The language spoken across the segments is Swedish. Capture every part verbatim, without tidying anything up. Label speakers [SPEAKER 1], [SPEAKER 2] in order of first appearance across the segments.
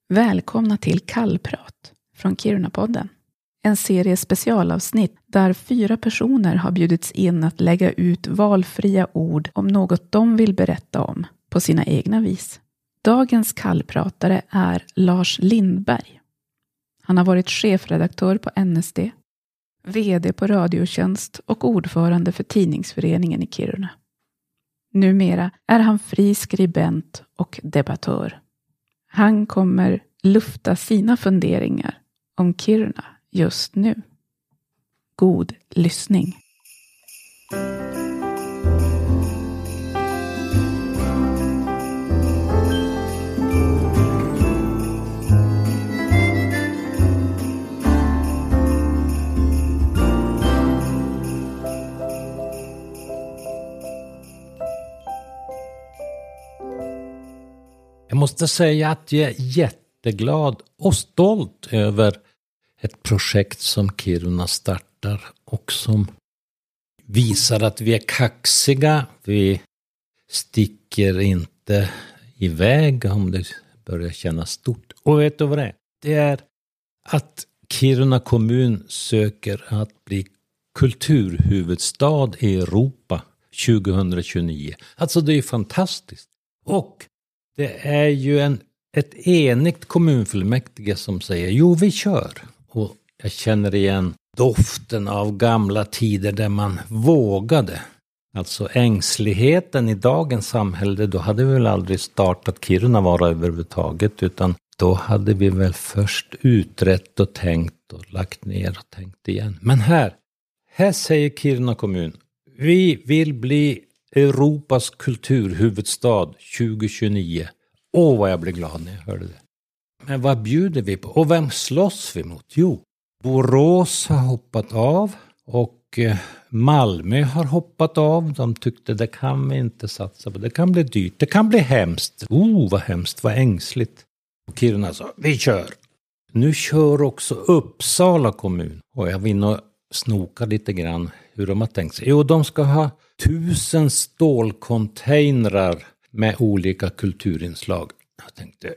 [SPEAKER 1] Välkomna till Kallprat från Kiruna-podden. En serie specialavsnitt där fyra personer har bjudits in att lägga ut valfria ord om något de vill berätta om på sina egna vis. Dagens kallpratare är Lars Lindberg. Han har varit chefredaktör på N S D, vd på Radiotjänst och ordförande för tidningsföreningen i Kiruna. Numera är han fri skribent och debattör. Han kommer lufta sina funderingar om Kiruna just nu. God lyssning.
[SPEAKER 2] Jag måste säga att jag är jätteglad och stolt över ett projekt som Kiruna startar och som visar att vi är kaxiga. Vi sticker inte iväg om det börjar kännas stort. Och vet du vad det är? Det är att Kiruna kommun söker att bli kulturhuvudstad i Europa tjugohundratjugonio. Alltså det är fantastiskt. Och det är ju en, ett enigt kommunfullmäktige som säger jo vi kör. Och jag känner igen doften av gamla tider där man vågade. Alltså ängsligheten i dagens samhälle, då hade vi väl aldrig startat Kiruna vara överhuvudtaget. Utan då hade vi väl först utrett och tänkt och lagt ner och tänkt igen. Men här, här säger Kiruna kommun, vi vill bli Europas kulturhuvudstad tjugohundratjugonio. Åh vad jag blev glad när jag hörde det. Men vad bjuder vi på? Och vem slåss vi mot? Jo, Borås har hoppat av och Malmö har hoppat av. De tyckte det kan vi inte satsa på. Det kan bli dyrt. Det kan bli hemskt. Oh vad hemskt, vad ängsligt. Och Kiruna sa, vi kör. Nu kör också Uppsala kommun. Och jag vill nog snoka lite grann hur de har tänkt sig. Jo, de ska ha tusen stålcontainrar med olika kulturinslag. Jag tänkte,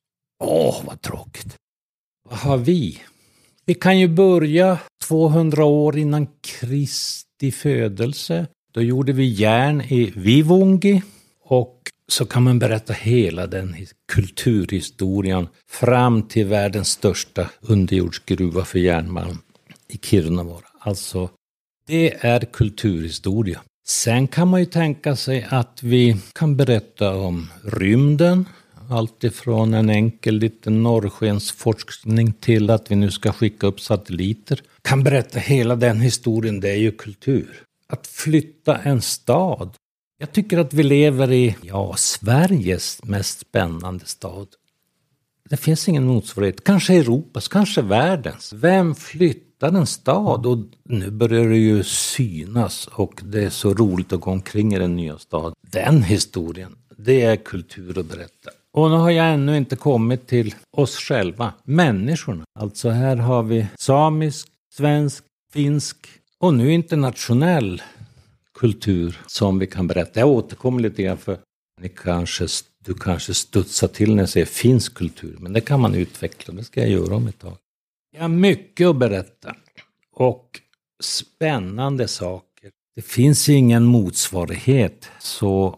[SPEAKER 2] åh vad tråkigt. Vad har vi? Vi kan ju börja tvåhundra år innan Kristi födelse. Då gjorde vi järn i Vivungi. Och så kan man berätta hela den kulturhistorien fram till världens största underjordsgruva för järnmalm i Kirunavaara. Alltså, det är kulturhistoria. Sen kan man ju tänka sig att vi kan berätta om rymden. Allt ifrån en enkel liten norrskensforskning till att vi nu ska skicka upp satelliter. Kan berätta hela den historien, det är ju kultur. Att flytta en stad. Jag tycker att vi lever i ja, Sveriges mest spännande stad. Det finns ingen motsvarighet. Kanske Europas, kanske världens. Vem flyttar en stad? Och nu börjar det ju synas och det är så roligt att gå omkring i den nya stad. Den historien, det är kultur att berätta. Och nu har jag ännu inte kommit till oss själva, människorna. Alltså här har vi samisk, svensk, finsk och nu internationell kultur som vi kan berätta. Jag återkommer lite grann för ni kanske, du kanske studsar till när jag säger finsk kultur. Men det kan man utveckla, det ska jag göra om ett tag. Jag har mycket att berätta och spännande saker. Det finns ingen motsvarighet så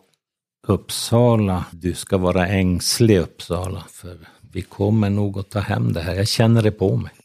[SPEAKER 2] Uppsala, du ska vara ängslig Uppsala för vi kommer nog att ta hem det här. Jag känner det på mig.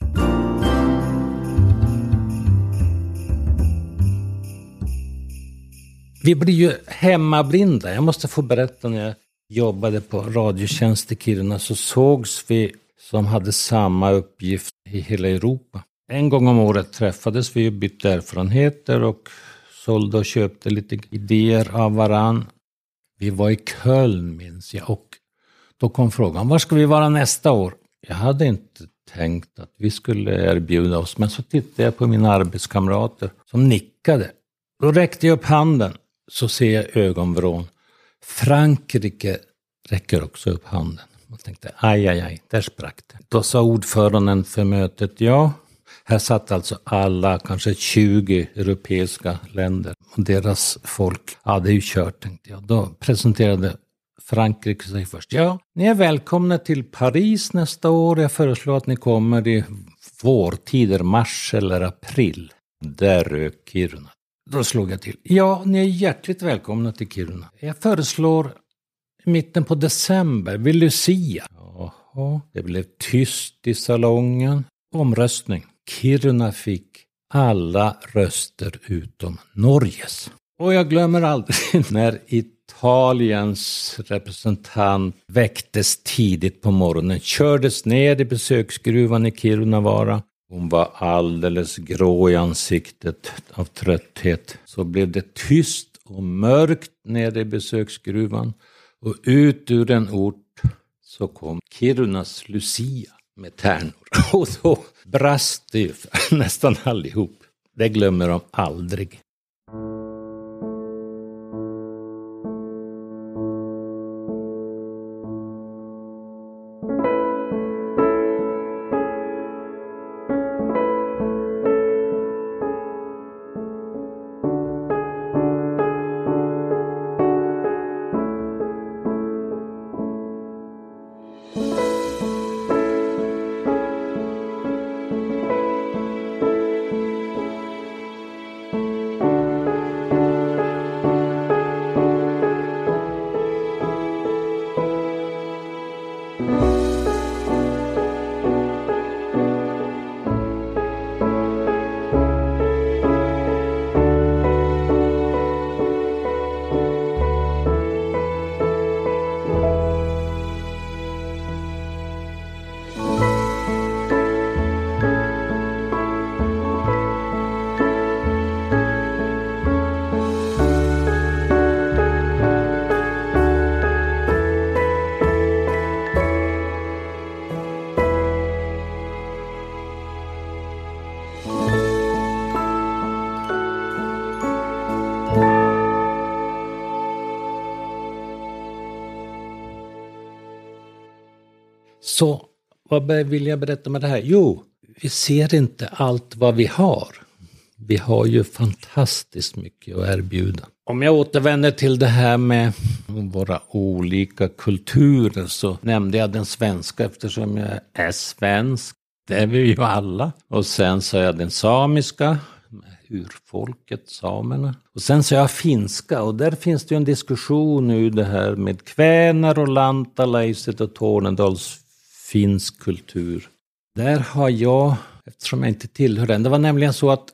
[SPEAKER 2] Vi blir ju hemmablinda. Jag måste få berätta när jag jobbade på Radiotjänst i Kiruna så sågs vi som hade samma uppgift i hela Europa. En gång om året träffades vi och bytte erfarenheter och sålde och köpte lite idéer av varann. Vi var i Köln minns jag och då kom frågan, var ska vi vara nästa år? Jag hade inte tänkt att vi skulle erbjuda oss men så tittade jag på mina arbetskamrater som nickade. Då räckte jag upp handen så ser jag ögonvrån. Frankrike räcker också upp handen. Jag tänkte, aj, aj, aj, där sprack det. Då sa ordföranden för mötet, ja, här satt alltså alla, kanske tjugo europeiska länder. Och deras folk, ja det är ju kört tänkte jag. Då presenterade Frankrike säger först, ja, ni är välkomna till Paris nästa år. Jag föreslår att ni kommer i vårtider, mars eller april. Där rök Kiruna. Då slog jag till. Ja, ni är hjärtligt välkomna till Kiruna. Jag föreslår i mitten på december, vid Lucia. Jaha, det blev tyst i salongen. Omröstning. Kiruna fick alla röster utom Norges. Och jag glömmer aldrig när Italiens representant väcktes tidigt på morgonen. Kördes ner i besöksgruvan i Kirunavaara. Hon var alldeles grå i ansiktet av trötthet. Så blev det tyst och mörkt nere i besöksgruvan. Och ut ur en ort så kom Kirunas Lucia med tärnor. Och då brast det ju för nästan allihop. Det glömmer de aldrig. Så vad vill jag berätta med det här? Jo, vi ser inte allt vad vi har. Vi har ju fantastiskt mycket att erbjuda. Om jag återvänder till det här med våra olika kulturer så nämnde jag den svenska eftersom jag är svensk. Det är vi ju alla. Och sen sa jag den samiska, urfolket, samerna. Och sen sa jag finska och där finns det ju en diskussion nu det här med kvänar och lantalaiset och Tornedals finsk kultur. Där har jag, eftersom jag inte tillhör den, det var nämligen så att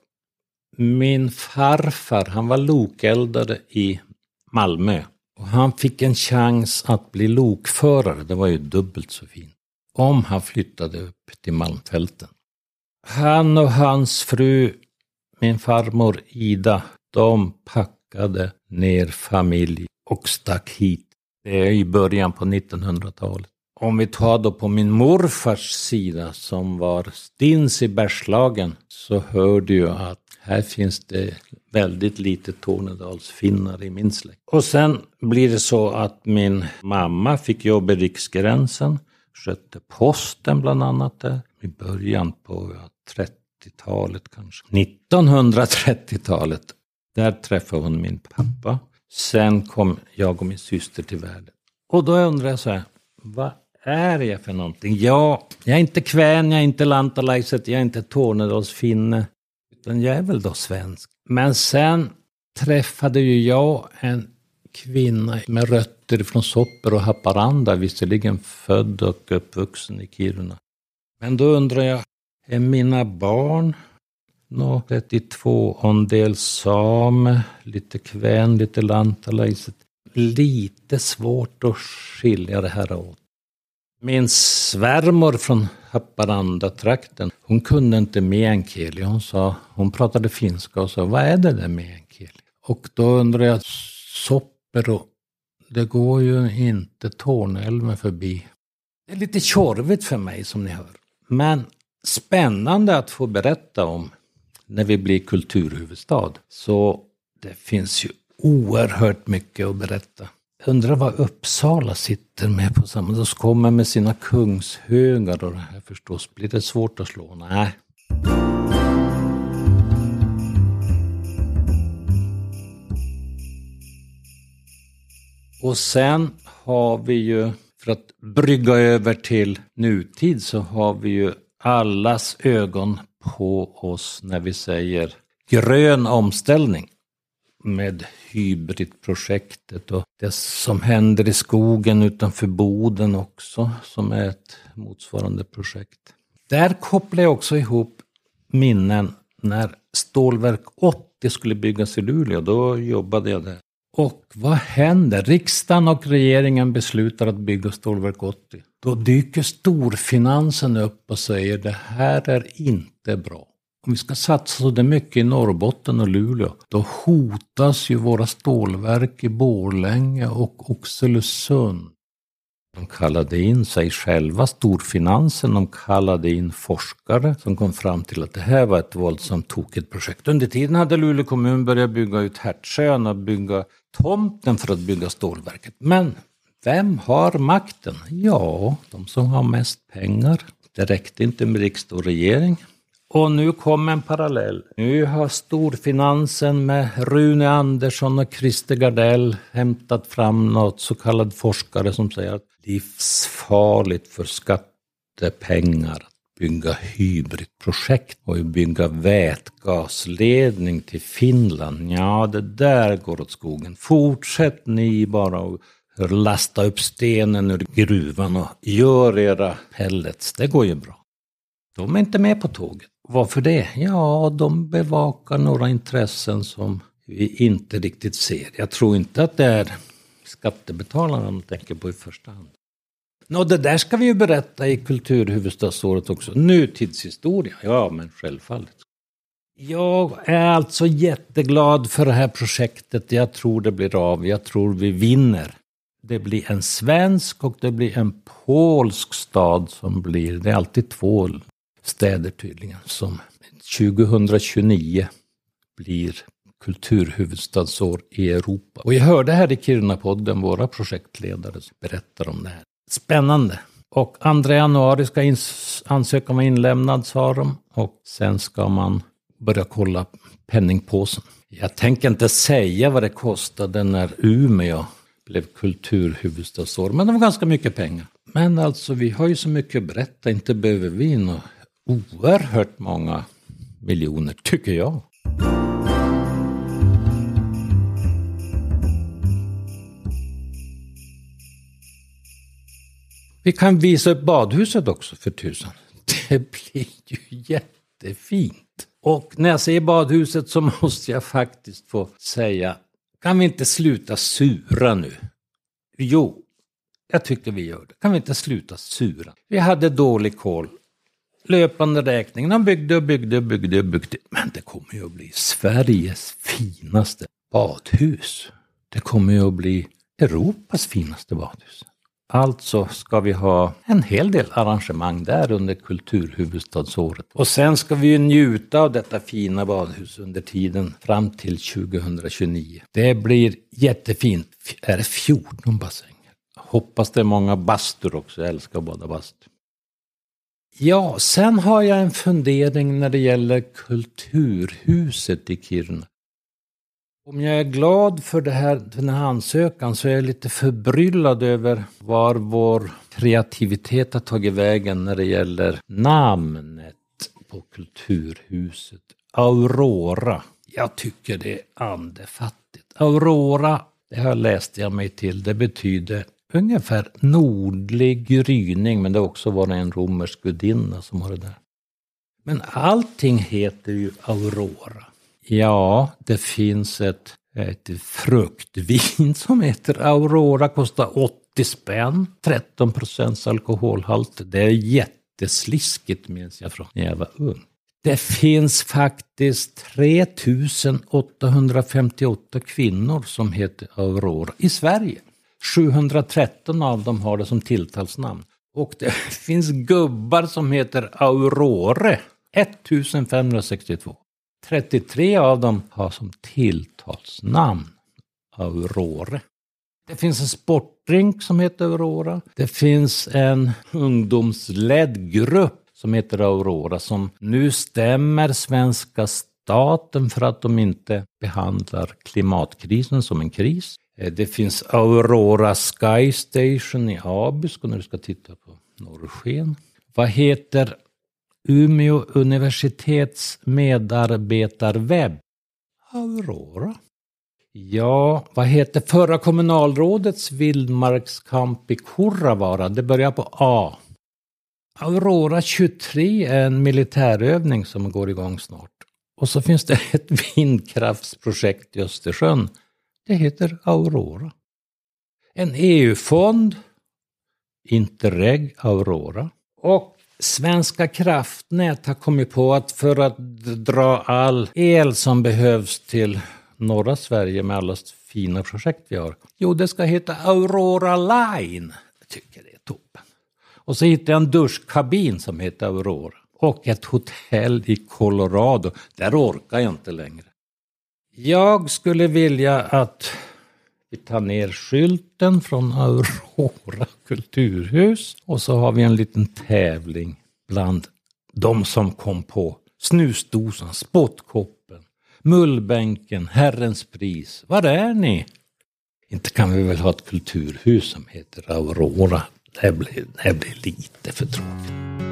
[SPEAKER 2] min farfar, han var lokeldare i Malmö. Och han fick en chans att bli lokförare, det var ju dubbelt så fint. Om han flyttade upp till Malmfälten. Han och hans fru, min farmor Ida, de packade ner familj och stack hit. Det är i början på nittonhundratalet. Om vi tar då på min morfars sida som var stins i Bergslagen så hörde ju att här finns det väldigt lite Tornedalsfinnar i min släkt. Och sen blir det så att min mamma fick jobb i Riksgränsen, skötte posten bland annat där i början på trettiotalet kanske. nittonhundratrettiotalet, där träffade hon min pappa. Sen kom jag och min syster till världen. Och då undrar jag så här, vad är jag för någonting? Ja, jag är inte kvän, jag är inte lantalaiset, jag är inte Tornedalsfinne. Utan jag är väl då svensk. Men sen träffade ju jag en kvinna med rötter från Sopper och Haparanda, visserligen född och uppvuxen i Kiruna. Men då undrar jag, är mina barn nå trettiotvå-ondel same, lite kvän, lite lantalaiset? Lite svårt att skilja det här åt. Min svärmor från Haparanda-trakten, hon kunde inte meänkieli. Hon sa, hon pratade finska och sa, vad är det där meänkieli? Och då undrar jag, Soppero, det går ju inte Tornälven förbi. Det är lite tjorvigt för mig som ni hör. Men spännande att få berätta om när vi blir kulturhuvudstad. Så det finns ju oerhört mycket att berätta. Undrar vad Uppsala sitter med på samma. De kommer med sina kungshögar och det här förstås. Blir det svårt att slå? Nej. Och sen har vi ju, för att brygga över till nutid, så har vi ju allas ögon på oss när vi säger grön omställning. Med hybridprojektet och det som händer i skogen utanför Boden också, som är ett motsvarande projekt. Där kopplar jag också ihop minnen när stålverk åttio skulle byggas i Luleå. Då jobbade jag där. Och vad händer? Riksdagen och regeringen beslutar att bygga stålverk åttio. Då dyker storfinansen upp och säger det här är inte bra. Om vi ska satsa så mycket i Norrbotten och Luleå, då hotas ju våra stålverk i Borlänge och Oxelösund. De kallade in sig själva, storfinansen, de kallade in forskare som kom fram till att det här var ett våldsamt tokigt projekt. Under tiden hade Luleå kommun börjat bygga ut Hertsön och bygga tomten för att bygga stålverket. Men vem har makten? Ja, de som har mest pengar. Det räckte inte med riksdag och regering. Och nu kommer en parallell. Nu har storfinansen med Rune Andersson och Christer Gardell hämtat fram något så kallad forskare som säger att det är livsfarligt för skattepengar att bygga hybridprojekt och bygga vätgasledning till Finland. Ja, det där går åt skogen. Fortsätt ni bara och lasta upp stenen ur gruvan och gör era pellets. Det går ju bra. De är inte med på tåget. Varför det? Ja, de bevakar några intressen som vi inte riktigt ser. Jag tror inte att det är skattebetalarna de tänker på i första hand. Nå, det där ska vi ju berätta i kulturhuvudstadsåret också. Nutidshistoria, ja men självfallet. Jag är alltså jätteglad för det här projektet. Jag tror det blir av. Jag tror vi vinner. Det blir en svensk och det blir en polsk stad som blir. Det är alltid två städer tydligen som tjugohundratjugonio blir kulturhuvudstadsår i Europa. Och jag hörde här i Kiruna-podden våra projektledare berättar om det här. Spännande. Och andra januari ska ins- ansökan vara inlämnad, sa de. Och sen ska man börja kolla penningpåsen. Jag tänker inte säga vad det kostade när Umeå blev kulturhuvudstadsår. Men det var ganska mycket pengar. Men alltså vi har ju så mycket att berätta. Inte behöver vi nå oerhört många miljoner, tycker jag. Vi kan visa upp badhuset också för tusan. Det blir ju jättefint. Och när jag säger badhuset så måste jag faktiskt få säga, kan vi inte sluta sura nu? Jo, jag tycker vi gör det. Kan vi inte sluta sura? Vi hade dålig koll. Löpande räkning. De byggde och byggde och byggde och byggde. Men det kommer ju att bli Sveriges finaste badhus. Det kommer ju att bli Europas finaste badhus. Alltså ska vi ha en hel del arrangemang där under kulturhuvudstadsåret. Och sen ska vi ju njuta av detta fina badhus under tiden fram till tjugohundratjugonio. Det blir jättefint. Är det fjorton bassänger? Hoppas det är många bastur också. Jag älskar att bada bastu. Ja, sen har jag en fundering när det gäller kulturhuset i Kiruna. Om jag är glad för det här, den här ansökan så är jag lite förbryllad över var vår kreativitet har tagit vägen när det gäller namnet på kulturhuset. Aurora. Jag tycker det är andefattigt. Aurora, det här läste jag mig till, det betyder ungefär nordlig gryning, men det har också varit en romersk gudinna som har det där. Men allting heter ju Aurora. Ja, det finns ett, ett fruktvin som heter Aurora, kostar åttio spänn, tretton procent alkoholhalt. Det är jättesliskigt minns jag från när jag var ung. Det finns faktiskt tre tusen åttahundrafemtioåtta kvinnor som heter Aurora i Sverige. sjuhundratretton av dem har det som tilltalsnamn. Och det finns gubbar som heter Aurore, femtonhundrasextiotvå. trettiotre av dem har som tilltalsnamn Aurore. Det finns en sportdrink som heter Aurora. Det finns en ungdomsledd grupp som heter Aurora som nu stämmer svenska staten för att de inte behandlar klimatkrisen som en kris. Det finns Aurora Sky Station i Abisko när du ska titta på norrsken. Vad heter Umeå universitets medarbetarwebb? Aurora. Ja, vad heter förra kommunalrådets vildmarkskamp i Kurravara? Det börjar på A. Aurora tjugotre är en militärövning som går igång snart. Och så finns det ett vindkraftsprojekt i Östersjön. Det heter Aurora. En E U-fond, Interreg Aurora. Och Svenska kraftnät har kommit på att för att dra all el som behövs till norra Sverige med alla fina projekt vi har. Jo, det ska heta Aurora Line. Jag tycker det är toppen. Och så hittade jag en duschkabin som heter Aurora. Och ett hotell i Colorado. Där orkar jag inte längre. Jag skulle vilja att vi tar ner skylten från Aurora kulturhus. Och så har vi en liten tävling bland de som kom på snusdosan, spottkoppen, mullbänken, herrens pris. Var är ni? Inte kan vi väl ha ett kulturhus som heter Aurora. Det här blir, det här blir lite för tråkigt.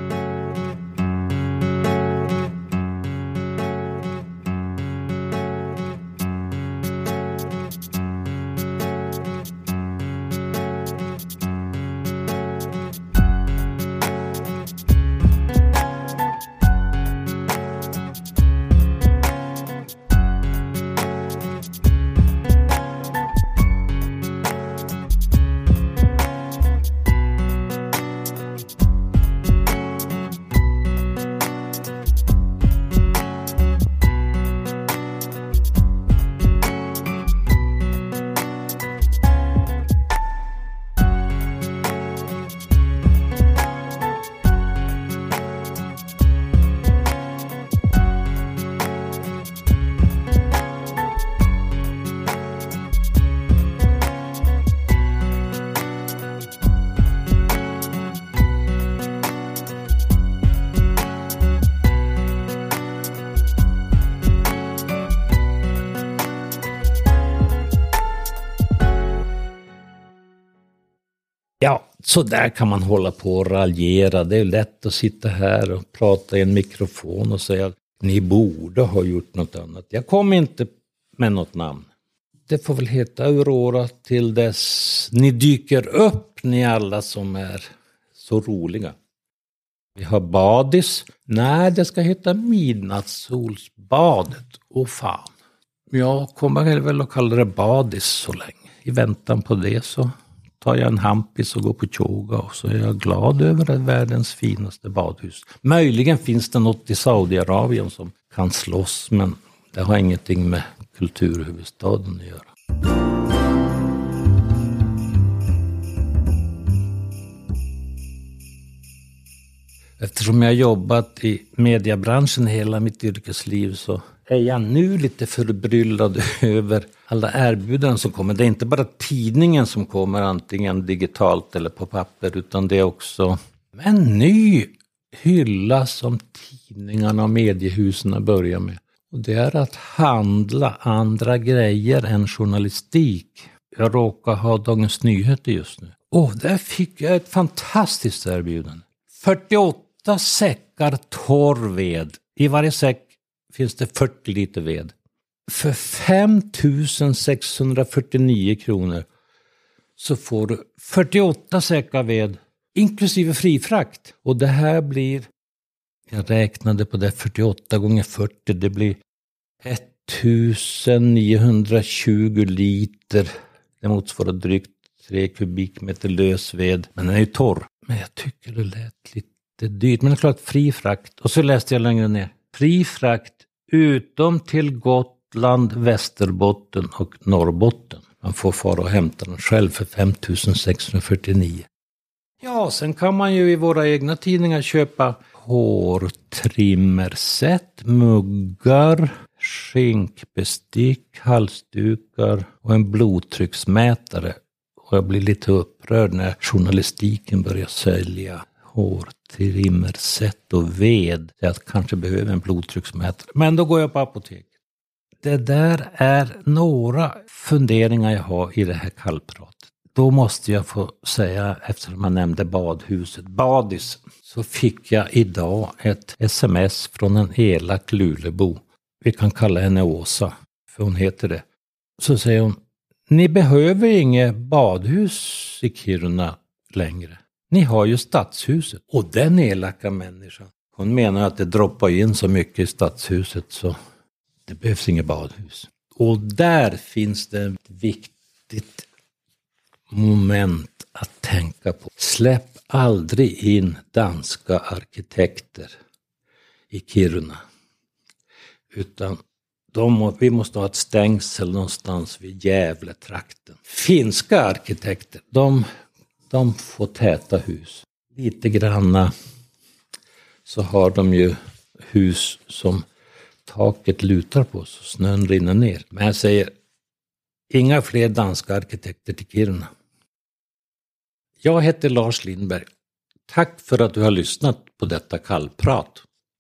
[SPEAKER 2] Ja, så där kan man hålla på och raljera. Det är lätt att sitta här och prata i en mikrofon och säga att ni borde ha gjort något annat. Jag kom inte med något namn. Det får väl heta Aurora till dess ni dyker upp, ni alla som är så roliga. Vi har badis. Nej, det ska heta midnattssolsbadet. Åh fan. Jag kommer väl att kalla det badis så länge. I väntan på det så tar jag en hampis och går på yoga och så är jag glad över det världens finaste badhus. Möjligen finns det något i Saudiarabien som kan slåss, men det har ingenting med kulturhuvudstaden att göra. Eftersom jag har jobbat i mediebranschen hela mitt yrkesliv så är jag nu lite förbryllad över alla erbjudanden som kommer. Det är inte bara tidningen som kommer antingen digitalt eller på papper, utan det är också en ny hylla som tidningarna och mediehusen börjar med. Och det är att handla andra grejer än journalistik. Jag råkar ha Dagens Nyheter just nu. Och där fick jag ett fantastiskt erbjudande. fyrtioåtta säckar torr ved. I varje säck finns det fyrtio liter ved. För fem tusen sexhundrafyrtionio kronor så får du fyrtioåtta säckar ved inklusive frifrakt. Och det här blir, jag räknade på det, fyrtioåtta gånger fyrtio, det blir ettusenniohundratjugo liter. Det motsvarar drygt tre kubikmeter lös ved. Men den är ju torr. Men jag tycker det lät lite dyrt. Men det är klart, fri frakt. Och så läste jag längre ner. Fri frakt utom till Gotland, Västerbotten och Norrbotten. Man får fara och hämta den själv för fem tusen sexhundrafyrtionio. Ja, sen kan man ju i våra egna tidningar köpa hårtrimmerset, muggar, skinkbestick, halsdukar och en blodtrycksmätare. Och jag blir lite upprörd när journalistiken börjar sälja hårtrimmerset och ved. Jag kanske behöver en blodtrycksmätare. Men då går jag på apoteket. det där är några funderingar jag har i det här kallpratet. Då måste jag få säga, eftersom man nämnde badhuset, badis, så fick jag idag ett sms från en elak Lulebo. Vi kan kalla henne Åsa, för hon heter det. Så säger hon, ni behöver inget badhus i Kiruna längre. Ni har ju stadshuset. Och den elaka människan, hon menar att det droppar in så mycket i stadshuset så det behövs inget badhus. Och där finns det ett viktigt moment att tänka på. Släpp aldrig in danska arkitekter i Kiruna. Utan de, vi måste ha ett stängsel någonstans vid Gävletrakten. Finska arkitekter, de, de får täta hus. Lite granna så har de ju hus som taket lutar på så snön rinner ner. Men jag säger, inga fler danska arkitekter till Kiruna. Jag heter Lars Lindberg. Tack för att du har lyssnat på detta kallprat.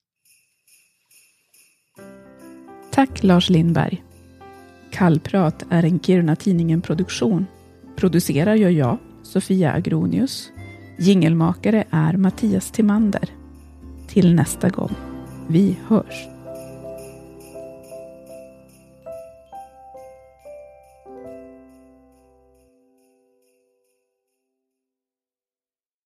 [SPEAKER 1] Tack Lars Lindberg. Kallprat är en Kiruna-tidningen-produktion. Producerar gör jag, Sofia Agronius. Jingelmakare är Mattias Timander. Till nästa gång. Vi hörs.